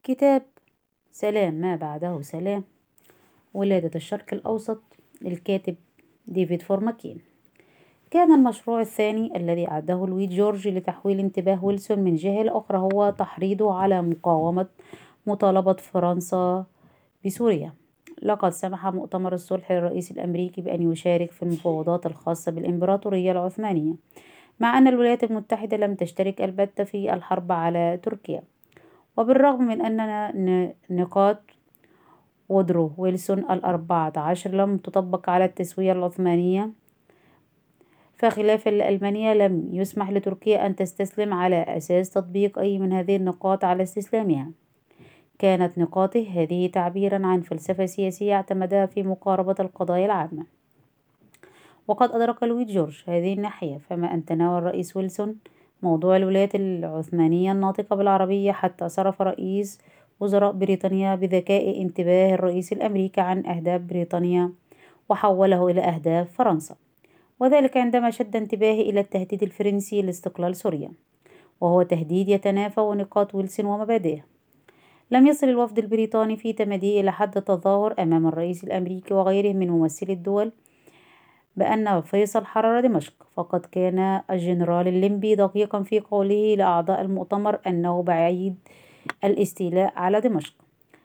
كتاب سلام ما بعده سلام، ولادة الشرق الأوسط، الكاتب ديفيد فورماكين. كان المشروع الثاني الذي أعده لويد جورج لتحويل انتباه ويلسون من جهة لأخرى هو تحريضه على مقاومة مطالبة فرنسا بسوريا. لقد سمح مؤتمر الصلح للرئيس الأمريكي بأن يشارك في المفاوضات الخاصة بالإمبراطورية العثمانية، مع أن الولايات المتحدة لم تشترك البتة في الحرب على تركيا. وبالرغم من أن نقاط وودرو ويلسون 14 لم تطبق على التسوية العثمانية، فخلافًا لألمانيا لم يسمح لتركيا أن تستسلم على أساس تطبيق أي من هذه النقاط على استسلامها. كانت نقاطه هذه تعبيرًا عن فلسفة سياسية اعتمدها في مقاربة القضايا العامة. وقد أدرك لويد جورج هذه الناحية، فما أن تناول الرئيس ويلسون موضوع الولايات العثمانية الناطقة بالعربية حتى صرف رئيس وزراء بريطانيا بذكاء انتباه الرئيس الأمريكي عن أهداف بريطانيا وحوله إلى أهداف فرنسا، وذلك عندما شد انتباهه إلى التهديد الفرنسي لاستقلال سوريا، وهو تهديد يتنافى نقاط ويلسون ومبادئه. لم يصل الوفد البريطاني في تماديه إلى حد التظاهر أمام الرئيس الأمريكي وغيره من ممثلي الدول بأن فيصل حرر دمشق، فقد كان الجنرال الليمبي دقيقا في قوله لأعضاء المؤتمر أنه بعيد الاستيلاء على دمشق.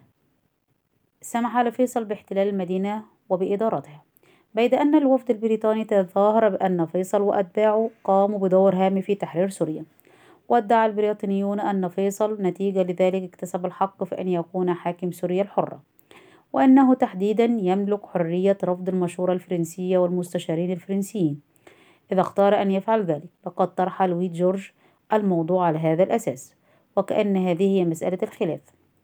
سمح لفيصل باحتلال المدينة وبإدارتها، بيد أن الوفد البريطاني تظاهر بأن فيصل وأتباعه قاموا بدور هام في تحرير سوريا. وادعى البريطانيون أن فيصل نتيجة لذلك اكتسب الحق في أن يكون حاكم سوريا الحرة، وأنه تحديدا يملك حرية رفض المشورة الفرنسية والمستشارين الفرنسيين إذا اختار أن يفعل ذلك. لقد طرح لويد جورج الموضوع على هذا الأساس، وكأن هذه هي مسألة الخلاف.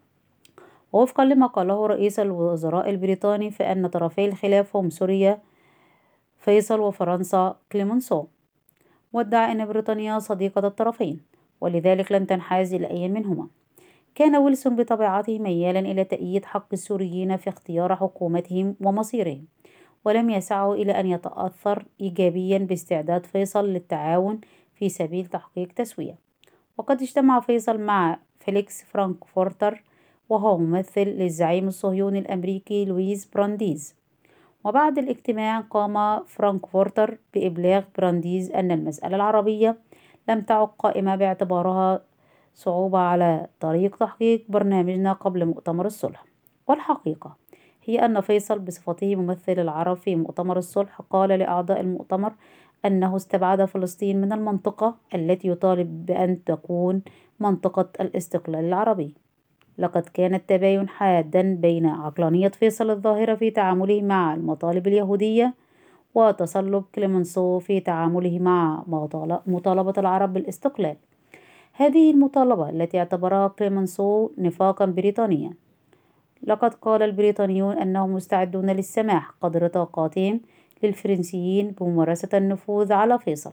ووفقا لما قاله رئيس الوزراء البريطاني فإن طرفي الخلاف هم سوريا فيصل وفرنسا كليمنسو، وادعى أن بريطانيا صديقة الطرفين ولذلك لن تنحاز إلى أي منهما. كان ويلسون بطبيعته ميالا إلى تأييد حق السوريين في اختيار حكومتهم ومصيرهم، ولم يسعه إلى أن يتأثر إيجابيا باستعداد فيصل للتعاون في سبيل تحقيق تسوية. وقد اجتمع فيصل مع فيليكس فرانكفورتر، وهو ممثل للزعيم الصهيوني الأمريكي لويس برانديز. وبعد الاجتماع قام فرانكفورتر بإبلاغ برانديز أن المسألة العربية لم تعد قائمة باعتبارها صعوبة على طريق تحقيق برنامجنا قبل مؤتمر الصلح. والحقيقة هي أن فيصل بصفته ممثل العرب في مؤتمر الصلح قال لأعضاء المؤتمر أنه استبعد فلسطين من المنطقة التي يطالب بأن تكون منطقة الاستقلال العربي. لقد كان التباين حادًا بين عقلانية فيصل الظاهرة في تعامله مع المطالب اليهودية، وتصلب كليمنسو في تعامله مع مطالبة العرب بالاستقلال. هذه المطالبة التي اعتبرها كليمنسو نفاقًا بريطانيا. لقد قال البريطانيون أنهم مستعدون للسماح قدر طاقاتهم للفرنسيين بممارسة النفوذ على فيصل،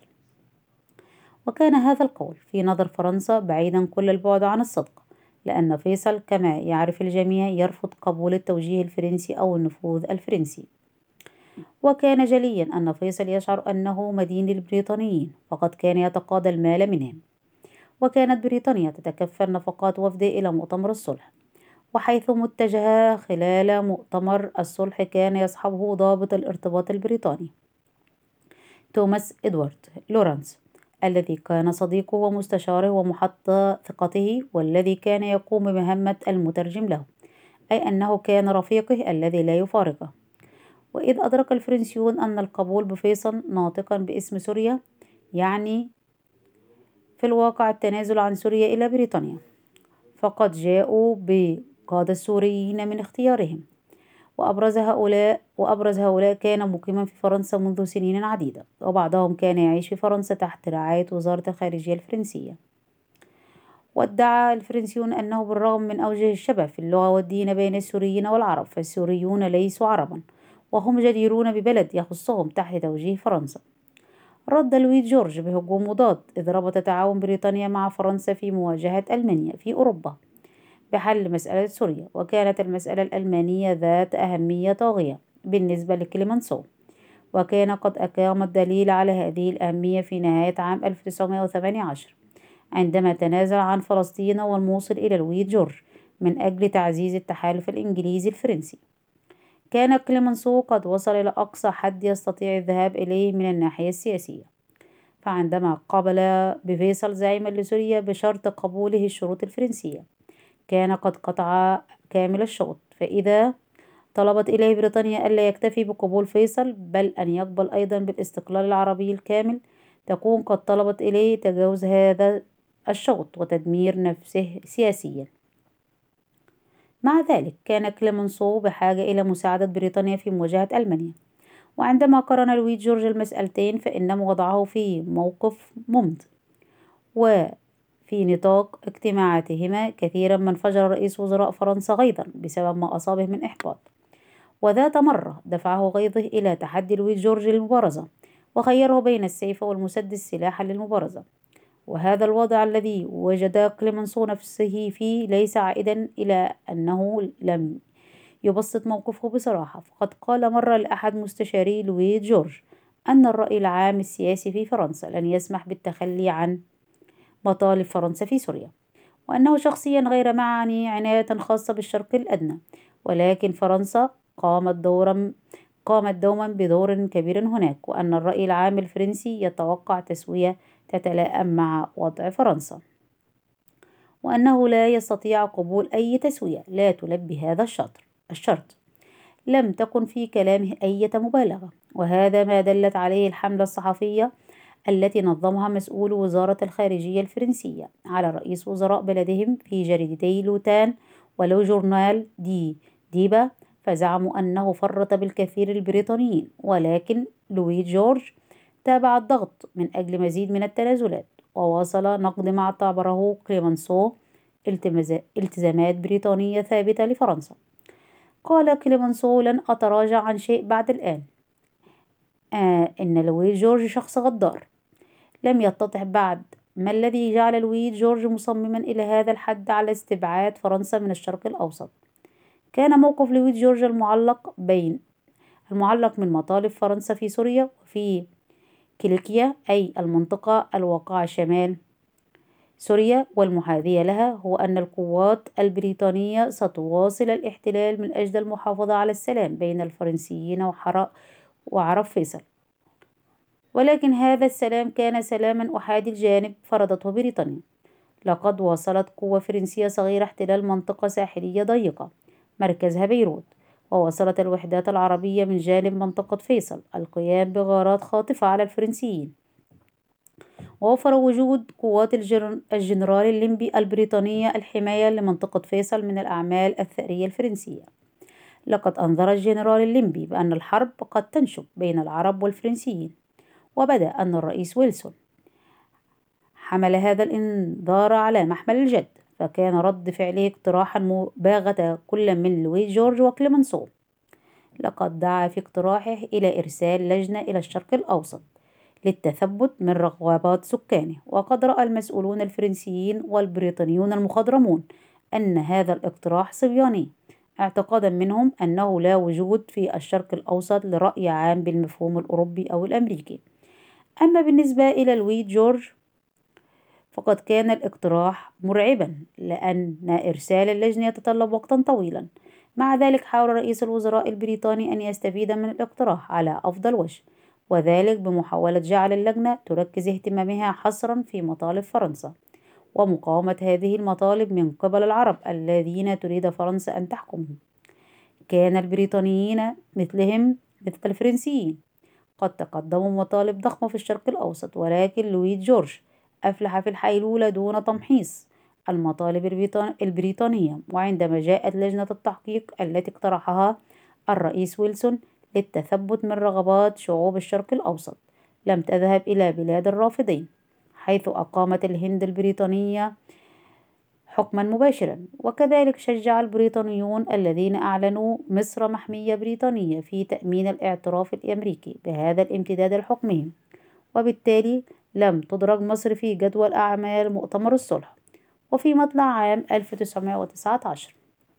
وكان هذا القول في نظر فرنسا بعيدا كل البعد عن الصدق، لأن فيصل كما يعرف الجميع يرفض قبول التوجيه الفرنسي أو النفوذ الفرنسي. وكان جليا أن فيصل يشعر أنه مدين للبريطانيين، فقد كان يتقاضى المال منهم. وكانت بريطانيا تتكفل نفقات وفده إلى مؤتمر الصلح، وحيث اتجه خلال مؤتمر الصلح كان يصحبه ضابط الارتباط البريطاني توماس إدوارد لورانس، الذي كان صديقه ومستشاره ومحط ثقته، والذي كان يقوم بمهمة المترجم له، أي أنه كان رفيقه الذي لا يفارقه. وإذ أدرك الفرنسيون أن القبول بفيصل ناطقا باسم سوريا يعني في الواقع التنازل عن سوريا إلى بريطانيا، فقد جاءوا بقادة السوريين من اختيارهم. وأبرز هؤلاء كان مقيما في فرنسا منذ سنين عديدة، وبعضهم كان يعيش في فرنسا تحت رعاية وزارة الخارجية الفرنسية. وادعى الفرنسيون أنه بالرغم من أوجه الشبه في اللغة والدين بين السوريين والعرب، فالسوريون ليسوا عربا، وهم جديرون ببلد يخصهم تحت توجيه فرنسا. رد لويد جورج بهجوم مضاد، إذ ربط تعاون بريطانيا مع فرنسا في مواجهة ألمانيا في أوروبا بحل مسألة سوريا، وكانت المسألة الألمانية ذات أهمية طاغية بالنسبة لكليمنسو، وكان قد أقام الدليل على هذه الأهمية في نهاية عام 1918 عندما تنازل عن فلسطين والموصل إلى لويد جورج من أجل تعزيز التحالف الإنجليزي الفرنسي. كان كليمنسو قد وصل إلى أقصى حد يستطيع الذهاب إليه من الناحية السياسية، فعندما قابل بفيصل زعيما لسوريا بشرط قبوله الشروط الفرنسية، كان قد قطع كامل الشوط. فإذا طلبت إليه بريطانيا ألا يكتفي بقبول فيصل بل أن يقبل أيضا بالاستقلال العربي الكامل، تكون قد طلبت إليه تجاوز هذا الشوط وتدمير نفسه سياسيا. مع ذلك كان كليمنسو بحاجة إلى مساعدة بريطانيا في مواجهة ألمانيا، وعندما قارن لويس جورج المسألتين فإنه وضعه في موقف ممت. وفي نطاق اجتماعاتهما كثيرا ما انفجر رئيس وزراء فرنسا غيظا بسبب ما أصابه من إحباط، وذات مرة دفعه غيظه إلى تحدي لويس جورج للمبارزة، وخيره بين السيف والمسدس سلاحا للمبارزة. وهذا الوضع الذي وجد كليمنسو نفسه فيه ليس عائدا إلى أنه لم يبسط موقفه بصراحة، فقد قال مرة لأحد مستشاري لويس جورج أن الرأي العام السياسي في فرنسا لن يسمح بالتخلي عن مطالب فرنسا في سوريا، وأنه شخصيا غير معني عناية خاصة بالشرق الأدنى، ولكن فرنسا قامت دوما بدور كبير هناك، وأن الرأي العام الفرنسي يتوقع تسوية تتلائم مع وضع فرنسا، وأنه لا يستطيع قبول أي تسوية لا تلبي هذا الشرط. لم تكن في كلامه أي مبالغة، وهذا ما دلت عليه الحملة الصحفية التي نظمها مسؤول وزارة الخارجية الفرنسية على رئيس وزراء بلدهم في جريدتي لوتان ولو جورنال ديبا، فزعموا أنه فرط بالكثير البريطانيين، ولكن لويس جورج تابع الضغط من أجل مزيد من التنازلات، وواصل نقد ما اعتبره كليمنسو التزامات بريطانية ثابتة لفرنسا. قال كليمنسو: لن أتراجع عن شيء بعد الآن. إن لويس جورج شخص غدار. لم يتضح بعد ما الذي جعل لويس جورج مصمما إلى هذا الحد على استبعاد فرنسا من الشرق الأوسط. كان موقف لويس جورج المعلق من مطالب فرنسا في سوريا وفي كيليكيا، أي المنطقة الواقعة شمال سوريا والمحاذية لها، هو أن القوات البريطانية ستواصل الاحتلال من أجل المحافظة على السلام بين الفرنسيين وعرب فيصل، ولكن هذا السلام كان سلاما أحادي الجانب فرضته بريطانيا. لقد واصلت قوة فرنسية صغيرة احتلال منطقة ساحلية ضيقة مركزها بيروت، وواصلت الوحدات العربية من جانب منطقة فيصل القيام بغارات خاطفة على الفرنسيين، ووفر وجود قوات الجنرال الليمبي البريطانية الحماية لمنطقة فيصل من الأعمال الثأرية الفرنسية. لقد أنذر الجنرال الليمبي بأن الحرب قد تنشب بين العرب والفرنسيين، وبدأ أن الرئيس ويلسون حمل هذا الإنذار على محمل الجد، فكان رد فعله اقتراحا مباغتة كل من لويس جورج وكليمنسو. لقد دعا في اقتراحه إلى إرسال لجنة إلى الشرق الأوسط للتثبت من رغبات سكانه، وقد رأى المسؤولون الفرنسيين والبريطانيون المخضرمون أن هذا الاقتراح صبياني، اعتقادا منهم أنه لا وجود في الشرق الأوسط لرأي عام بالمفهوم الأوروبي أو الأمريكي. أما بالنسبة إلى لويس جورج فقد كان الاقتراح مرعبا، لأن إرسال اللجنة يتطلب وقتا طويلا. مع ذلك حاول رئيس الوزراء البريطاني أن يستفيد من الاقتراح على أفضل وجه، وذلك بمحاولة جعل اللجنة تركز اهتمامها حصرا في مطالب فرنسا ومقاومة هذه المطالب من قبل العرب الذين تريد فرنسا أن تحكمهم. كان البريطانيين مثل الفرنسيين قد تقدموا مطالب ضخمة في الشرق الأوسط، ولكن لويس جورج أفلح في الحيلولة دون تمحيص المطالب البريطانية. وعندما جاءت لجنة التحقيق التي اقترحها الرئيس ويلسون للتثبت من رغبات شعوب الشرق الأوسط، لم تذهب إلى بلاد الرافضين، حيث أقامت الهند البريطانية حكما مباشرا، وكذلك شجع البريطانيون الذين أعلنوا مصر محمية بريطانية في تأمين الاعتراف الأمريكي بهذا الامتداد لحكمهم، وبالتالي لم تدرج مصر في جدول أعمال مؤتمر الصلح. وفي مطلع عام 1919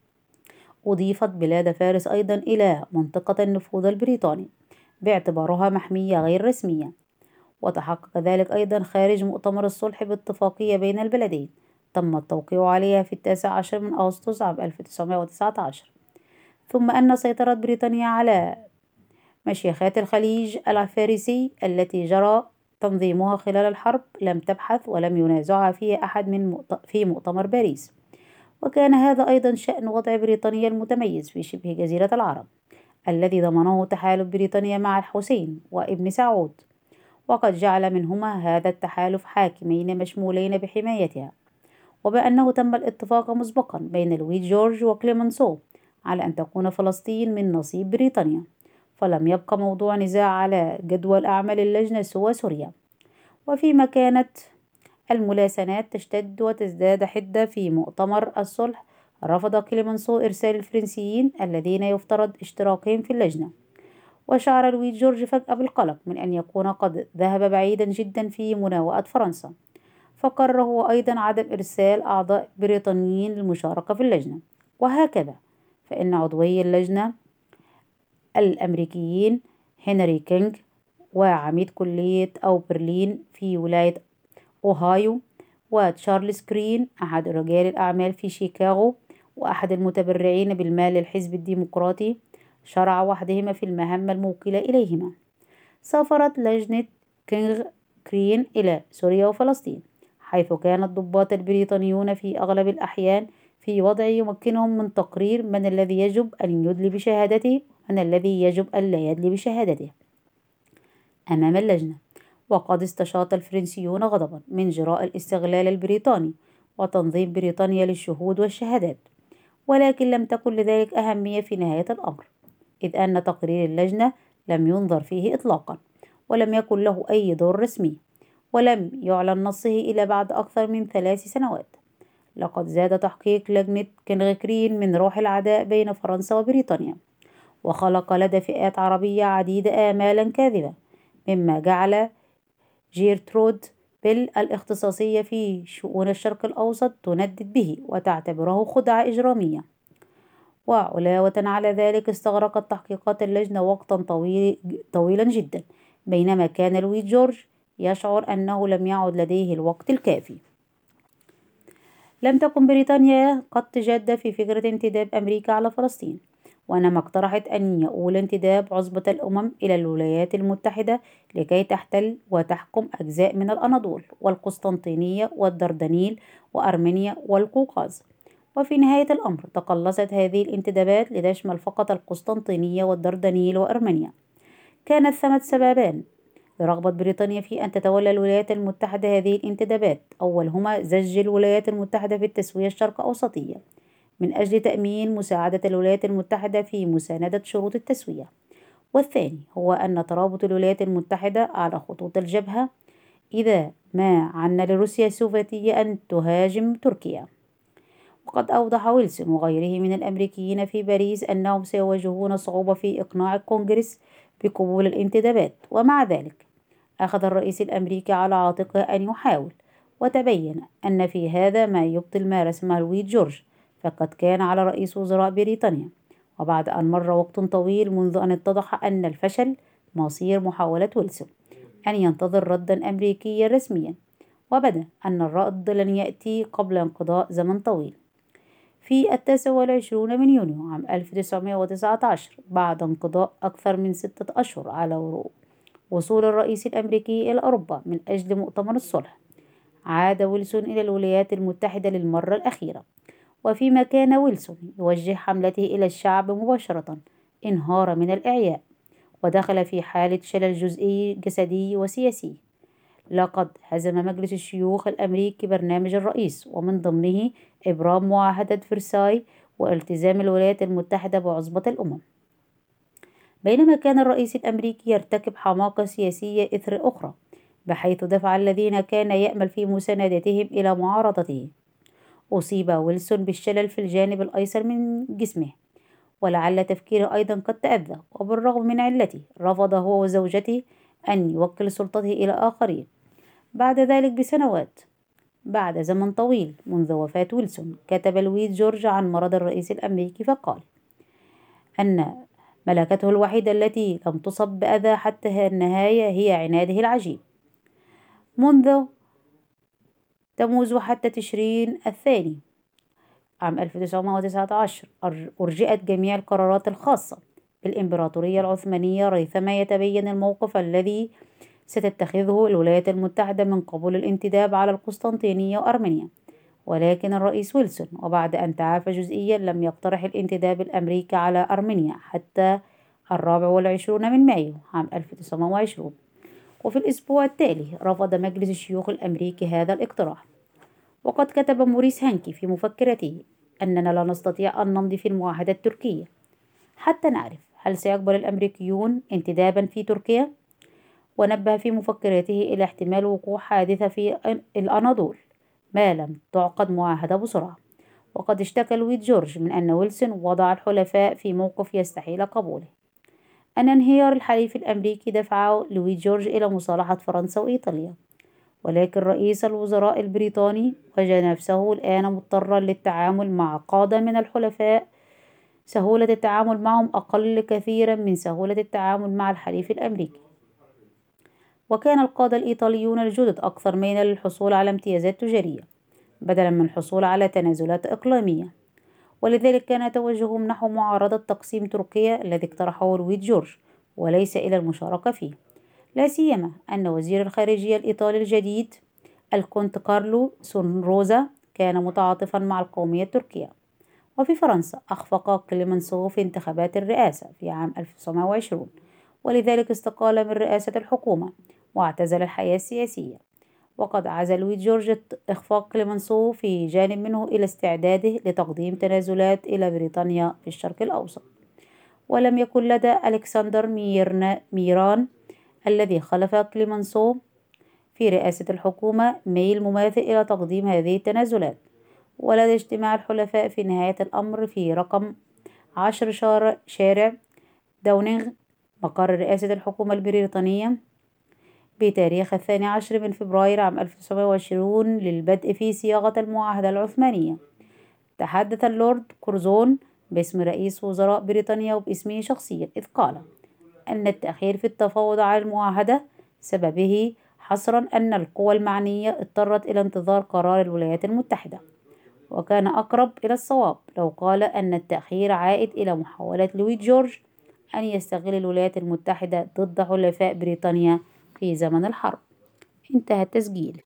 أضيفت بلاد فارس أيضا إلى منطقة النفوذ البريطاني باعتبارها محمية غير رسمية، وتحقق ذلك أيضا خارج مؤتمر الصلح باتفاقية بين البلدين تم التوقيع عليها في 19 من أغسطس عام 1919. ثم أن سيطرة بريطانيا على مشيخات الخليج الفارسي التي جرى تنظيمها خلال الحرب لم تبحث ولم ينازعها فيها أحد في مؤتمر باريس. وكان هذا أيضا شأن وضع بريطانيا المتميز في شبه جزيرة العرب الذي ضمنه تحالف بريطانيا مع الحسين وابن سعود، وقد جعل منهما هذا التحالف حاكمين مشمولين بحمايتها. وبأنه تم الاتفاق مسبقا بين لويس جورج وكليمنسو على أن تكون فلسطين من نصيب بريطانيا، فلم يبقى موضوع نزاع على جدول أعمال اللجنة سوى سوريا. وفيما كانت الملاسنات تشتد وتزداد حدة في مؤتمر الصلح، رفض كليمنسو إرسال الفرنسيين الذين يفترض اشتراكهم في اللجنة، وشعر لويس جورج فجأة بالقلق من أن يكون قد ذهب بعيدا جدا في مناوئة فرنسا، فقرر هو أيضا عدم إرسال أعضاء بريطانيين للمشاركة في اللجنة. وهكذا فإن عضوي اللجنة الأمريكيين هنري كينج وعميد كلية أو برلين في ولاية أوهايو، وتشارلز كرين أحد رجال الأعمال في شيكاغو وأحد المتبرعين بالمال للحزب الديمقراطي، شرع وحدهما في المهمة الموكلة إليهما. سافرت لجنة كينغ كرين إلى سوريا وفلسطين، حيث كان الضباط البريطانيون في أغلب الأحيان في وضع يمكنهم من تقرير من الذي يجب أن يدلي بشهادته ومن الذي يجب أن لا يدلي بشهادته أمام اللجنة. وقد استشاط الفرنسيون غضبا من جراء الاستغلال البريطاني وتنظيم بريطانيا للشهود والشهادات، ولكن لم تكن لذلك أهمية في نهاية الأمر، إذ أن تقرير اللجنة لم ينظر فيه إطلاقا ولم يكن له أي دور رسمي، ولم يعلن نصه إلا بعد أكثر من 3 سنوات. لقد زاد تحقيق لجنة كينغكرين من روح العداء بين فرنسا وبريطانيا، وخلق لدى فئات عربية عديدة آمالا كاذبة، مما جعل جيرترود بيل الاختصاصية في شؤون الشرق الأوسط تندد به وتعتبره خدعة إجرامية. وعلاوة على ذلك استغرقت تحقيقات اللجنة وقتا طويلا جدا، بينما كان لويس جورج يشعر أنه لم يعد لديه الوقت الكافي. لم تكن بريطانيا قد تجد في فكرة انتداب أمريكا على فلسطين، وإنما اقترحت أن يؤول انتداب عصبة الأمم إلى الولايات المتحدة لكي تحتل وتحكم أجزاء من الأناضول والقسطنطينية والدردنيل وأرمينيا والقوقاز. وفي نهاية الأمر تقلصت هذه الانتدابات لتشمل فقط القسطنطينية والدردنيل وأرمينيا. كانت ثمة سببان لرغبة بريطانيا في أن تتولى الولايات المتحدة هذه الانتدابات، أولهما زج الولايات المتحدة في التسوية الشرق أوسطية من أجل تأمين مساعدة الولايات المتحدة في مساندة شروط التسوية، والثاني هو أن ترابط الولايات المتحدة على خطوط الجبهة إذا ما عن لروسيا السوفيتية أن تهاجم تركيا. وقد أوضح ويلسون وغيره من الأمريكيين في باريس أنهم سيواجهون صعوبة في إقناع الكونغرس بقبول الانتدابات، ومع ذلك أخذ الرئيس الأمريكي على عاتقه أن يحاول، وتبين أن في هذا ما يبطل ما رسمه لويس جورج، فقد كان على رئيس وزراء بريطانيا وبعد أن مر وقت طويل منذ أن اتضح أن الفشل مصير محاولة ويلسون أن ينتظر ردا أمريكيا رسميا، وبدا أن الرد لن يأتي قبل انقضاء زمن طويل. في 29 من يونيو عام 1919 بعد انقضاء أكثر من 6 أشهر على وصول الرئيس الأمريكي إلى أوروبا من أجل مؤتمر الصلح، عاد ويلسون إلى الولايات المتحدة للمرة الأخيرة. وفيما كان ويلسون يوجه حملته إلى الشعب مباشرة انهار من الإعياء ودخل في حالة شلل جزئي جسدي وسياسي. لقد هزم مجلس الشيوخ الأمريكي برنامج الرئيس، ومن ضمنه إبرام معاهدة فرساي والتزام الولايات المتحدة بعصبة الأمم، بينما كان الرئيس الأمريكي يرتكب حماقة سياسية إثر أخرى، بحيث دفع الذين كان يأمل في مساندتهم إلى معارضته. أصيب ويلسون بالشلل في الجانب الأيسر من جسمه، ولعل تفكيره أيضا قد تأذى، وبالرغم من علته رفض هو وزوجته أن يوكل سلطته إلى آخرين. بعد ذلك بسنوات، بعد زمن طويل منذ وفاة ويلسون، كتب لويس جورج عن مرض الرئيس الأمريكي فقال أن ملكته الوحيدة التي لم تصب بأذى حتى النهاية هي عناده العجيب. منذ تموز وحتى تشرين الثاني عام 1919 أرجئت جميع القرارات الخاصة بالإمبراطورية العثمانية ريثما يتبين الموقف الذي ستتخذه الولايات المتحدة من قبول الانتداب على القسطنطينية وأرمينيا. ولكن الرئيس ويلسون وبعد أن تعافى جزئيا لم يقترح الانتداب الأمريكي على أرمينيا حتى 24 من مايو عام 1920. وفي الأسبوع التالي رفض مجلس الشيوخ الأمريكي هذا الاقتراح. وقد كتب موريس هانكي في مفكرته أننا لا نستطيع أن نمضي في المعاهدة التركية حتى نعرف هل سيقبل الأمريكيون انتدابا في تركيا. ونبه في مفكرته إلى احتمال وقوع حادثة في الأناضول ما لم تعقد معاهدة بسرعة. وقد اشتكى لويد جورج من أن ويلسون وضع الحلفاء في موقف يستحيل قبوله. أن انهيار الحليف الأمريكي دفع لويد جورج إلى مصالحة فرنسا وإيطاليا. ولكن رئيس الوزراء البريطاني وجد نفسه الآن مضطرا للتعامل مع قادة من الحلفاء سهولة التعامل معهم أقل كثيرا من سهولة التعامل مع الحليف الأمريكي. وكان القادة الإيطاليون الجدد أكثر ميلا للحصول على امتيازات تجارية بدلا من الحصول على تنازلات إقليمية. ولذلك كان توجههم نحو معارضة تقسيم تركيا الذي اقترحه لويد جورج وليس إلى المشاركة فيه. لا سيما أن وزير الخارجية الإيطالي الجديد الكونت كارلو سونروزا كان متعاطفا مع القومية التركية. وفي فرنسا أخفق كليمنسو في انتخابات الرئاسة في عام 1920 ولذلك استقال من رئاسة الحكومة واعتزل الحياة السياسية. وقد عزل لويد جورج إخفاق كليمنسو في جانب منه إلى استعداده لتقديم تنازلات إلى بريطانيا في الشرق الأوسط. ولم يكن لدى ألكسندر ميران الذي خلف كليمنسو في رئاسة الحكومة ميل مماثل إلى تقديم هذه التنازلات. ولدى اجتماع الحلفاء في نهاية الأمر في رقم 10 شارع داونينغ مقر رئاسة الحكومة البريطانية بتاريخ 12 من فبراير عام 1920 للبدء في صياغة المعاهدة العثمانية. تحدث اللورد كورزون باسم رئيس وزراء بريطانيا وباسمه شخصيا إذ قال أن التأخير في التفاوض على المعاهدة سببه حصرا أن القوى المعنية اضطرت إلى انتظار قرار الولايات المتحدة. وكان أقرب إلى الصواب لو قال أن التأخير عائد إلى محاولة لويد جورج أن يستغل الولايات المتحدة ضد حلفاء بريطانيا في زمن الحرب. انتهى التسجيل.